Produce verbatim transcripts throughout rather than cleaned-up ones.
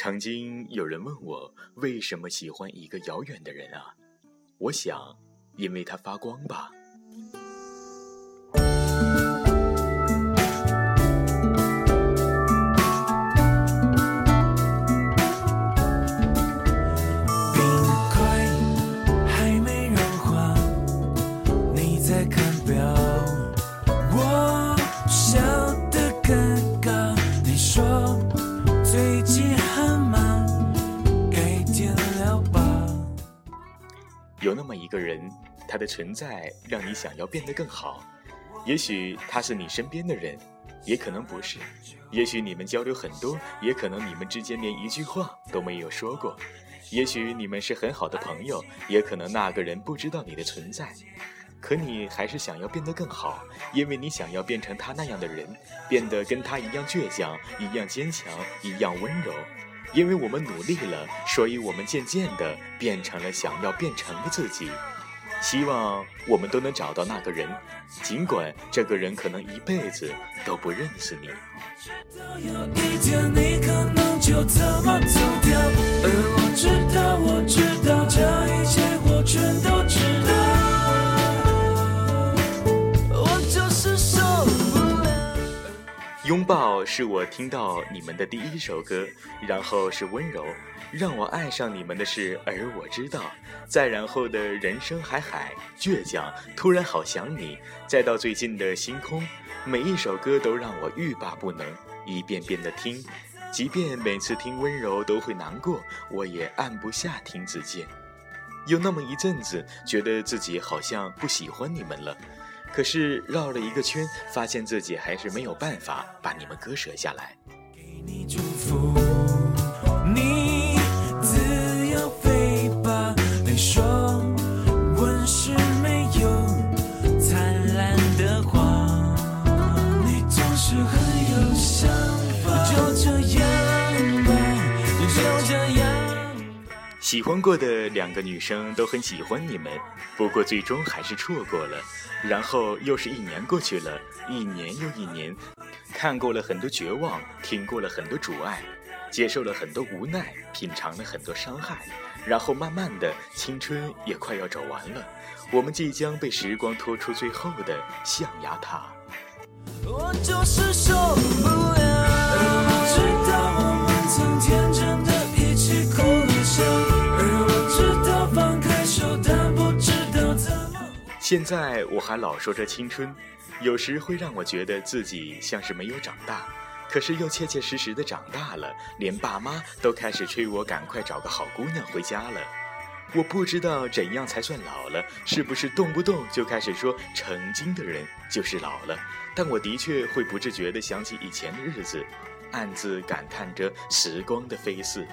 曾经有人问我为什么喜欢一个遥远的人啊？我想，因为他发光吧。有那么一个人，他的存在让你想要变得更好。也许他是你身边的人，也可能不是。也许你们交流很多，也可能你们之间连一句话都没有说过。也许你们是很好的朋友，也可能那个人不知道你的存在。可你还是想要变得更好，因为你想要变成他那样的人，变得跟他一样倔强，一样坚强，一样温柔。因为我们努力了，所以我们渐渐地变成了想要变成的自己。希望我们都能找到那个人，尽管这个人可能一辈子都不认识你。有一天你可能就这么走掉，而我知道，我知道这一切我全都知道。我就是受不了。拥抱是我听到你们的第一首歌，然后是温柔，让我爱上你们的是而我知道，再然后的人生海海，倔强，突然好想你，再到最近的星空，每一首歌都让我欲罢不能，一遍遍的听，即便每次听温柔都会难过，我也按不下停止键。有那么一阵子觉得自己好像不喜欢你们了，可是绕了一个圈，发现自己还是没有办法把你们割舍下来。给你祝福，你自由飞吧，没说问世没有灿烂的花，你总是很有想法，就这样吧，就这样。喜欢过的两个女生都很喜欢你们，不过最终还是错过了。然后又是一年过去了，一年又一年，看过了很多绝望，听过了很多阻碍，接受了很多无奈，品尝了很多伤害，然后慢慢的青春也快要走完了，我们即将被时光拖出最后的象牙塔。我就是受不了，我知道我们曾天真的一起哭和笑，而我知道放开手，但不知道怎么。现在我还老说着青春，有时会让我觉得自己像是没有长大，可是又切切实实的长大了，连爸妈都开始催我赶快找个好姑娘回家了。我不知道怎样才算老了，是不是动不动就开始说曾经的人就是老了，但我的确会不自觉地想起以前的日子，暗自感叹着时光的飞逝。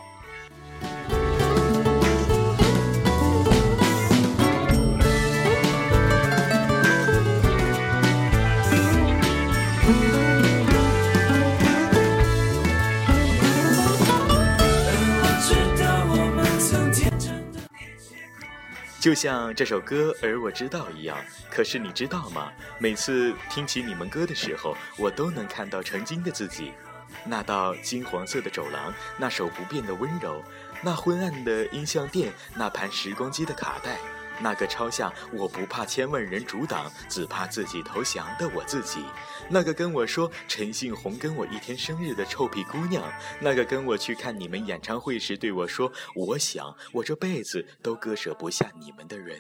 就像这首歌而我知道一样，可是你知道吗？每次听起你们歌的时候，我都能看到曾经的自己，那道金黄色的走廊，那首不变的温柔，那昏暗的音像店，那盘时光机的卡带，那个抄下我不怕千万人阻挡，只怕自己投降的我自己，那个跟我说陈信宏跟我一天生日的臭屁姑娘，那个跟我去看你们演唱会时对我说我想我这辈子都割舍不下你们的人。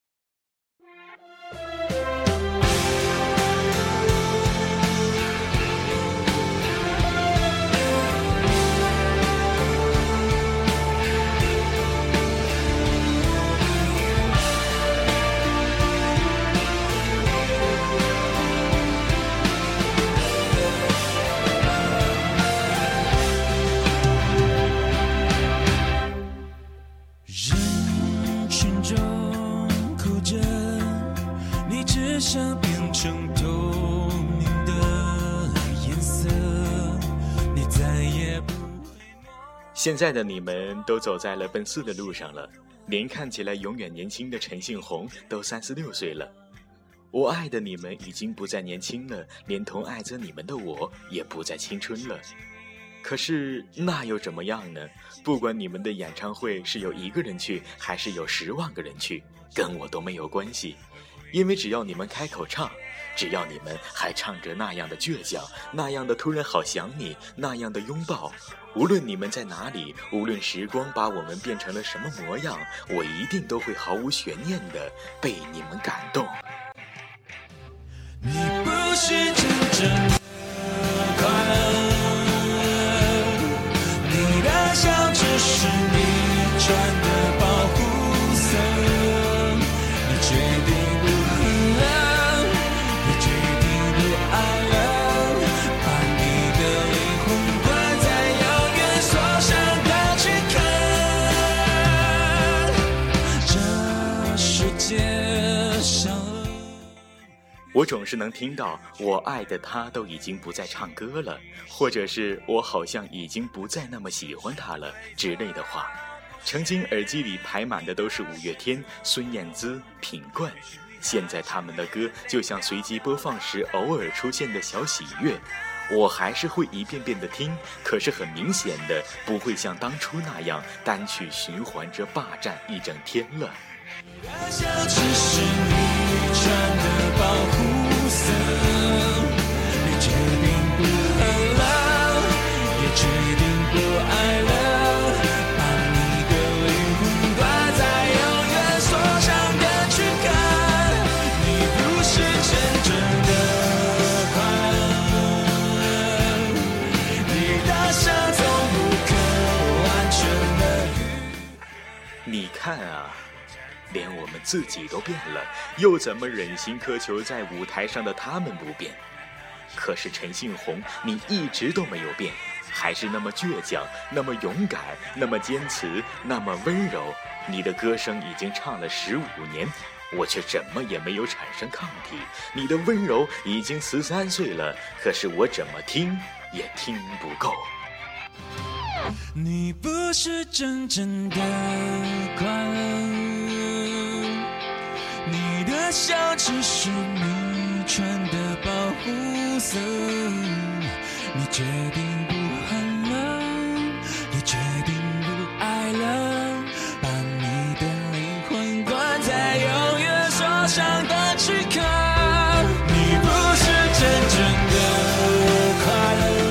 想变成透明的颜色，你再也不会。现在的你们都走在了奔四的路上了，连看起来永远年轻的陈信宏都三十六岁了。我爱的你们已经不再年轻了，连同爱着你们的我也不再青春了。 可是那又怎么样呢？不管你们的演唱会是有一个人去，还是有十万个人去，跟我都没有关系。因为只要你们开口唱，只要你们还唱着那样的倔强，那样的突然好想你，那样的拥抱，无论你们在哪里，无论时光把我们变成了什么模样，我一定都会毫无悬念地被你们感动。 你不是真正的快乐，你的笑只是你穿的保护色，你决定不恨了，你决定不爱了，把你的灵魂关在永远锁上的躯壳，这世界上我总是能听到我爱的他都已经不再唱歌了，或者是我好像已经不再那么喜欢他了之类的话。曾经耳机里排满的都是五月天、孙燕姿、品冠，现在他们的歌就像随机播放时偶尔出现的小喜悦，我还是会一遍遍的听，可是很明显的不会像当初那样单曲循环着霸占一整天了。 笑只是你穿的保护色，你决定不恨了，也决定不爱了，把你的灵魂挂在永远锁上的躯壳，你不是真正的快乐，你的伤总不可完全的愈。 你看啊，连我们自己都变了，又怎么忍心苛求在舞台上的他们不变？可是陈信宏，你一直都没有变，还是那么倔强，那么勇敢，那么坚持，那么温柔。你的歌声已经唱了十五年，我却怎么也没有产生抗体。你的温柔已经十三岁了，可是我怎么听也听不够。 你不是真正的快乐，你的笑只是你穿的保护色，你决定不恨了，也决定不爱了，把你的灵魂关在永远锁上的躯壳，你不是真正的快乐，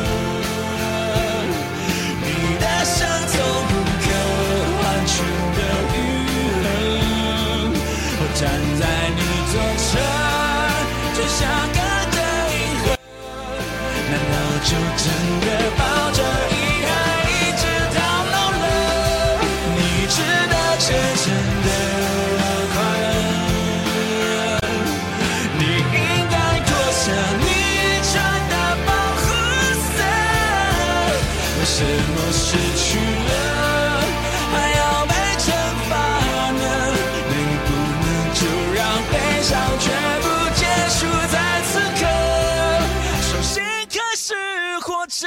你的伤总不可完全的愈合，我站在你左侧，就像隔着银河，难道就真的抱着遗憾一直到老了？你值得真正的快乐，你应该脱下你穿的保护色，为什么失去了还要被惩罚呢？能不能就让悲伤全部结束在此刻，手心开始活着。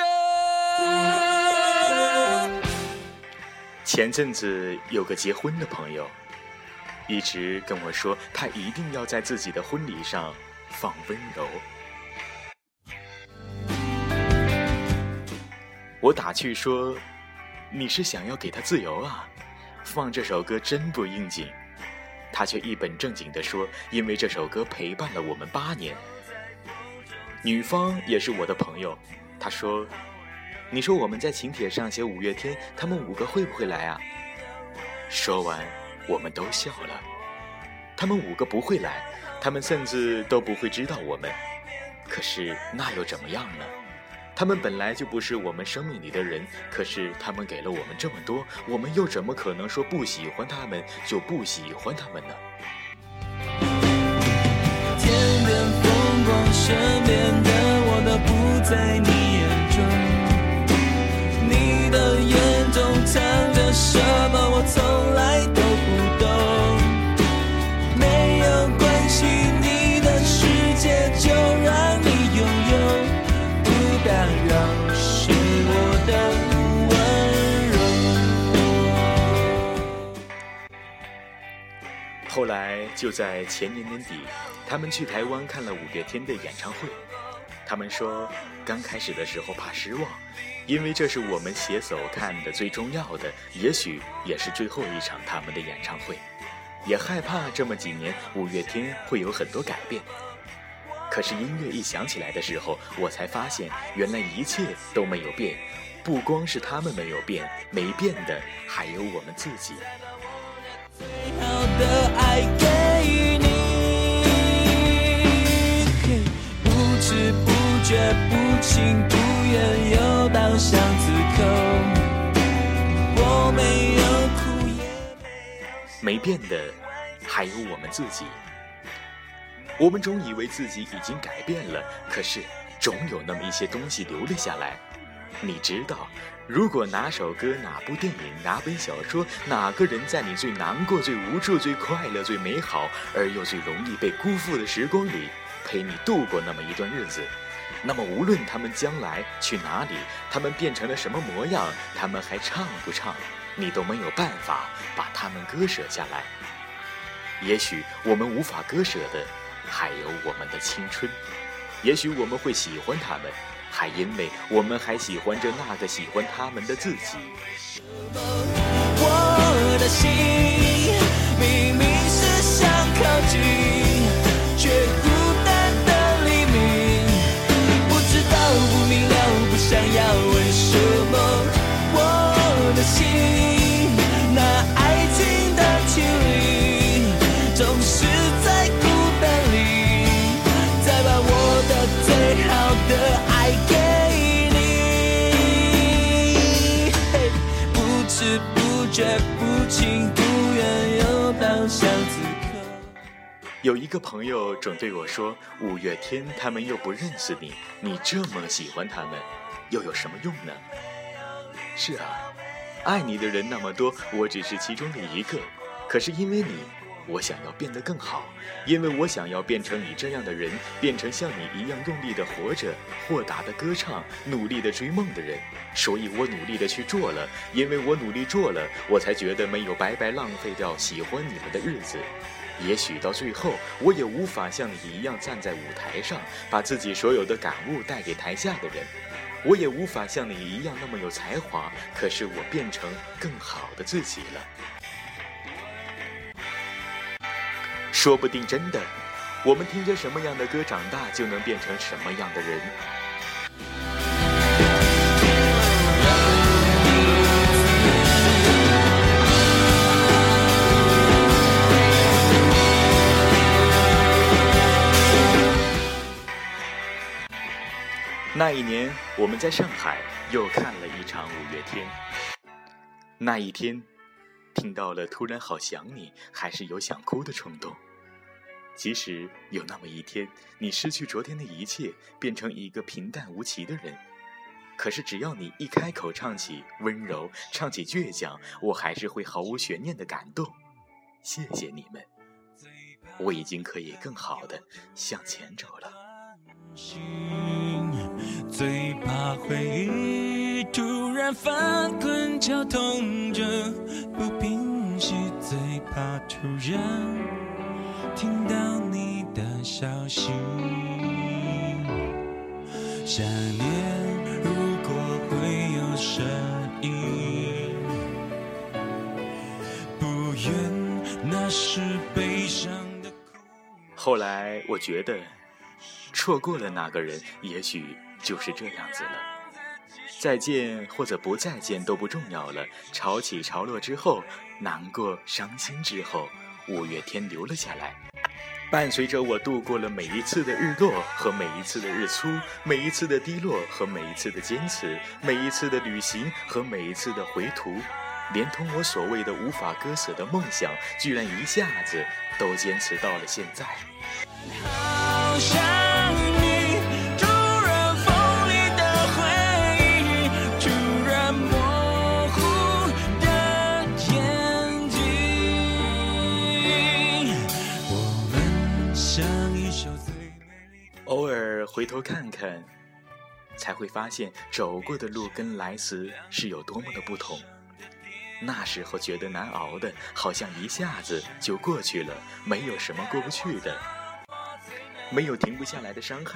前阵子有个结婚的朋友，一直跟我说他一定要在自己的婚礼上放温柔。我打趣说，你是想要给他自由啊，放这首歌真不应景。他却一本正经地说，因为这首歌陪伴了我们八年。女方也是我的朋友，她说，你说我们在请帖上写五月天，他们五个会不会来啊？说完我们都笑了，他们五个不会来，他们甚至都不会知道我们，可是那又怎么样呢？他们本来就不是我们生命里的人，可是他们给了我们这么多，我们又怎么可能说不喜欢他们就不喜欢他们呢？ 天边风光，身边的我都不在你眼中，你的眼中藏着什么我从来都不懂，没有关系，你的世界就让你拥有，不打扰是我的温柔。 后来就在前年年底，他们去台湾看了五月天的演唱会。 他们说刚开始的时候怕失望，因为这是我们携手看的最重要的，也许也是最后一场他们的演唱会，也害怕这么几年五月天会有很多改变。可是音乐一响起来的时候，我才发现原来一切都没有变，不光是他们没有变，没变的还有我们自己。 最好的爱给你，不知不觉不情不愿又到巷子口，我没有哭也没有笑， 没变的还有我们自己。我们总以为自己已经改变了，可是总有那么一些东西留了下来。你知道，如果哪首歌、哪部电影、哪本小说、哪个人在你最难过、最无助、最快乐、最美好而又最容易被辜负的时光里陪你度过那么一段日子，那么无论他们将来去哪里，他们变成了什么模样，他们还唱不唱，你都没有办法把他们割舍下来。也许我们无法割舍的还有我们的青春，也许我们会喜欢他们，还因为我们还喜欢着那个喜欢他们的自己。 我的心明明是想靠近，却孤单的黎明，不知道不明了，不想要为什么。我的心那爱情的距离，总是在孤单里，再把我的最好的爱给你，不知不觉不情不愿又到巷子口。 有一个朋友总对我说，五月天他们又不认识你，你这么喜欢他们又有什么用呢？是啊，爱你的人那么多，我只是其中的一个，可是因为你，我想要变得更好，因为我想要变成你这样的人，变成像你一样用力的活着，豁达的歌唱，努力的追梦的人，所以我努力的去做了，因为我努力做了，我才觉得没有白白浪费掉喜欢你们的日子。也许到最后，我也无法像你一样站在舞台上，把自己所有的感悟带给台下的人，我也无法像你一样那么有才华，可是我变成更好的自己了。说不定真的，我们听着什么样的歌长大，就能变成什么样的人。那一年，我们在上海又看了一场五月天。那一天，听到了突然好想你，还是有想哭的冲动。即使有那么一天，你失去昨天的一切，变成一个平淡无奇的人，可是只要你一开口唱起温柔，唱起倔强，我还是会毫无悬念的感动。谢谢你们，我已经可以更好的向前走了。 最怕回忆突然翻滚绞痛着不平息，最怕突然听到你的消息。想念如果会有声音，不愿那是悲伤的哭。 后来我觉得错过了那个人，也许就是这样子了。再见或者不再见都不重要了，潮起潮落之后，难过伤心之后，五月天留了下来，伴随着我度过了每一次的日落和每一次的日出，每一次的低落和每一次的坚持，每一次的旅行和每一次的回途，连同我所谓的无法割舍的梦想，居然一下子都坚持到了现在。 好想你，突然锋利的回忆，突然模糊的眼睛，我们像一首最美丽的。 偶尔回头看看，才会发现走过的路跟来时是有多么的不同。那时候觉得难熬的，好像一下子就过去了，没有什么过不去的，没有停不下来的伤害，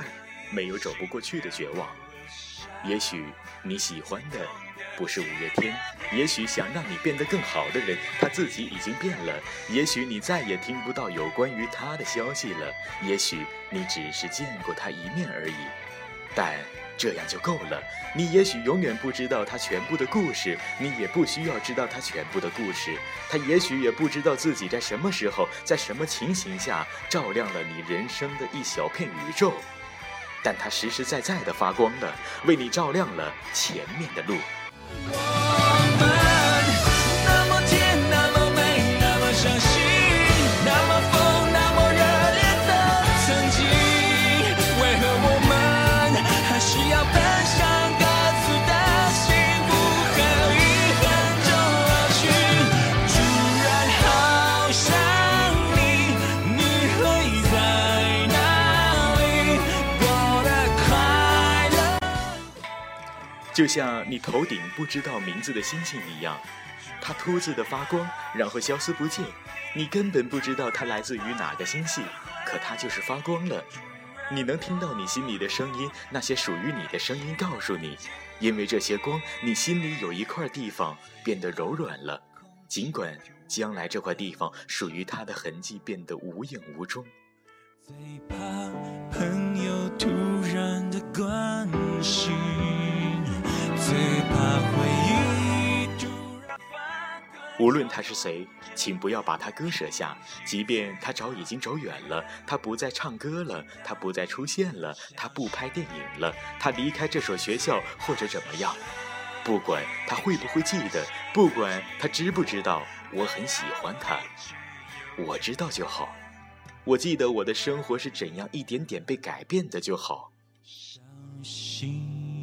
没有走不过去的绝望。也许你喜欢的不是五月天，也许想让你变得更好的人他自己已经变了，也许你再也听不到有关于他的消息了，也许你只是见过他一面而已，但这样就够了。你也许永远不知道他全部的故事，你也不需要知道他全部的故事，他也许也不知道自己在什么时候在什么情形下照亮了你人生的一小片宇宙，但他实实在在地发光了，为你照亮了前面的路。 我们那么甜，那么美，那么相信，那么疯，那么热烈的曾经，为何我们还是要奔向各自的幸福和遗憾中而去？突然好想你，你会在哪里过得快乐？ 就像你头顶不知道名字的星星一样，它突兀地发光，然后消失不见，你根本不知道它来自于哪个星系，可它就是发光了。你能听到你心里的声音，那些属于你的声音告诉你，因为这些光，你心里有一块地方变得柔软了，尽管将来这块地方属于它的痕迹变得无影无踪。 最怕朋友突然的关心，最怕回忆突然翻滚。 无论他是谁，请不要把他割舍下，即便他早已经走远了，他不再唱歌了，他不再出现了，他不拍电影了，他离开这所学校或者怎么样，不管他会不会记得，不管他知不知道我很喜欢他，我知道就好。我记得我的生活是怎样一点点被改变的就好。 伤心。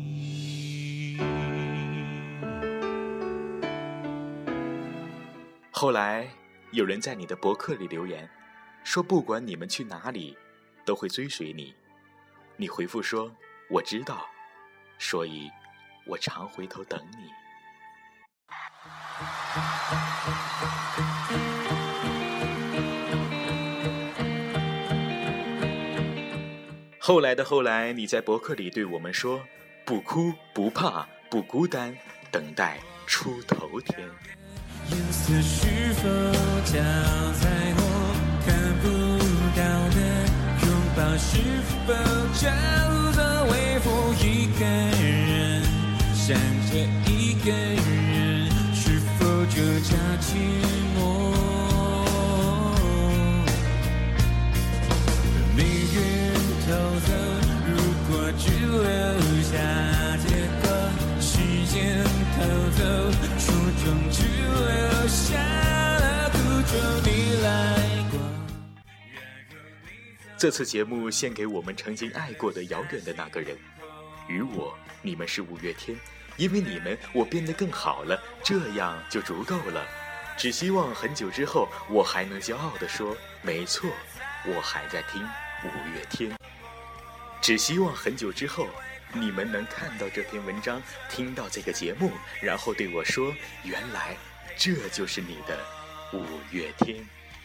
后来有人在你的博客里留言，说不管你们去哪里，都会追随你。你回复说，我知道，所以我常回头等你。后来的后来，你在博客里对我们说，不哭不怕不孤单，等待出头天。 颜色是否夹在我看不到的拥抱，是否叫做微风一个人想着一个人，是否就叫寂寞？命运偷走，如果只留下结果，时间偷走，初衷只留下了苦衷，你来过。 这次节目献给我们曾经爱过的遥远的那个人，与我，你们是五月天，因为你们我变得更好了，这样就足够了。只希望很久之后我还能骄傲地说，没错，我还在听五月天。只希望很久之后你们能看到这篇文章，听到这个节目，然后对我说，原来这就是你的五月天。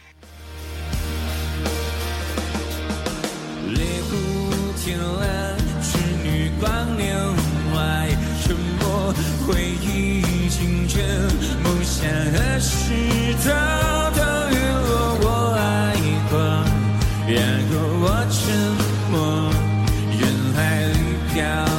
猎户天蓝，织女光年外，沉默回忆青春，梦想何时偷偷陨落？我爱过，然后我沉默，人海里飘。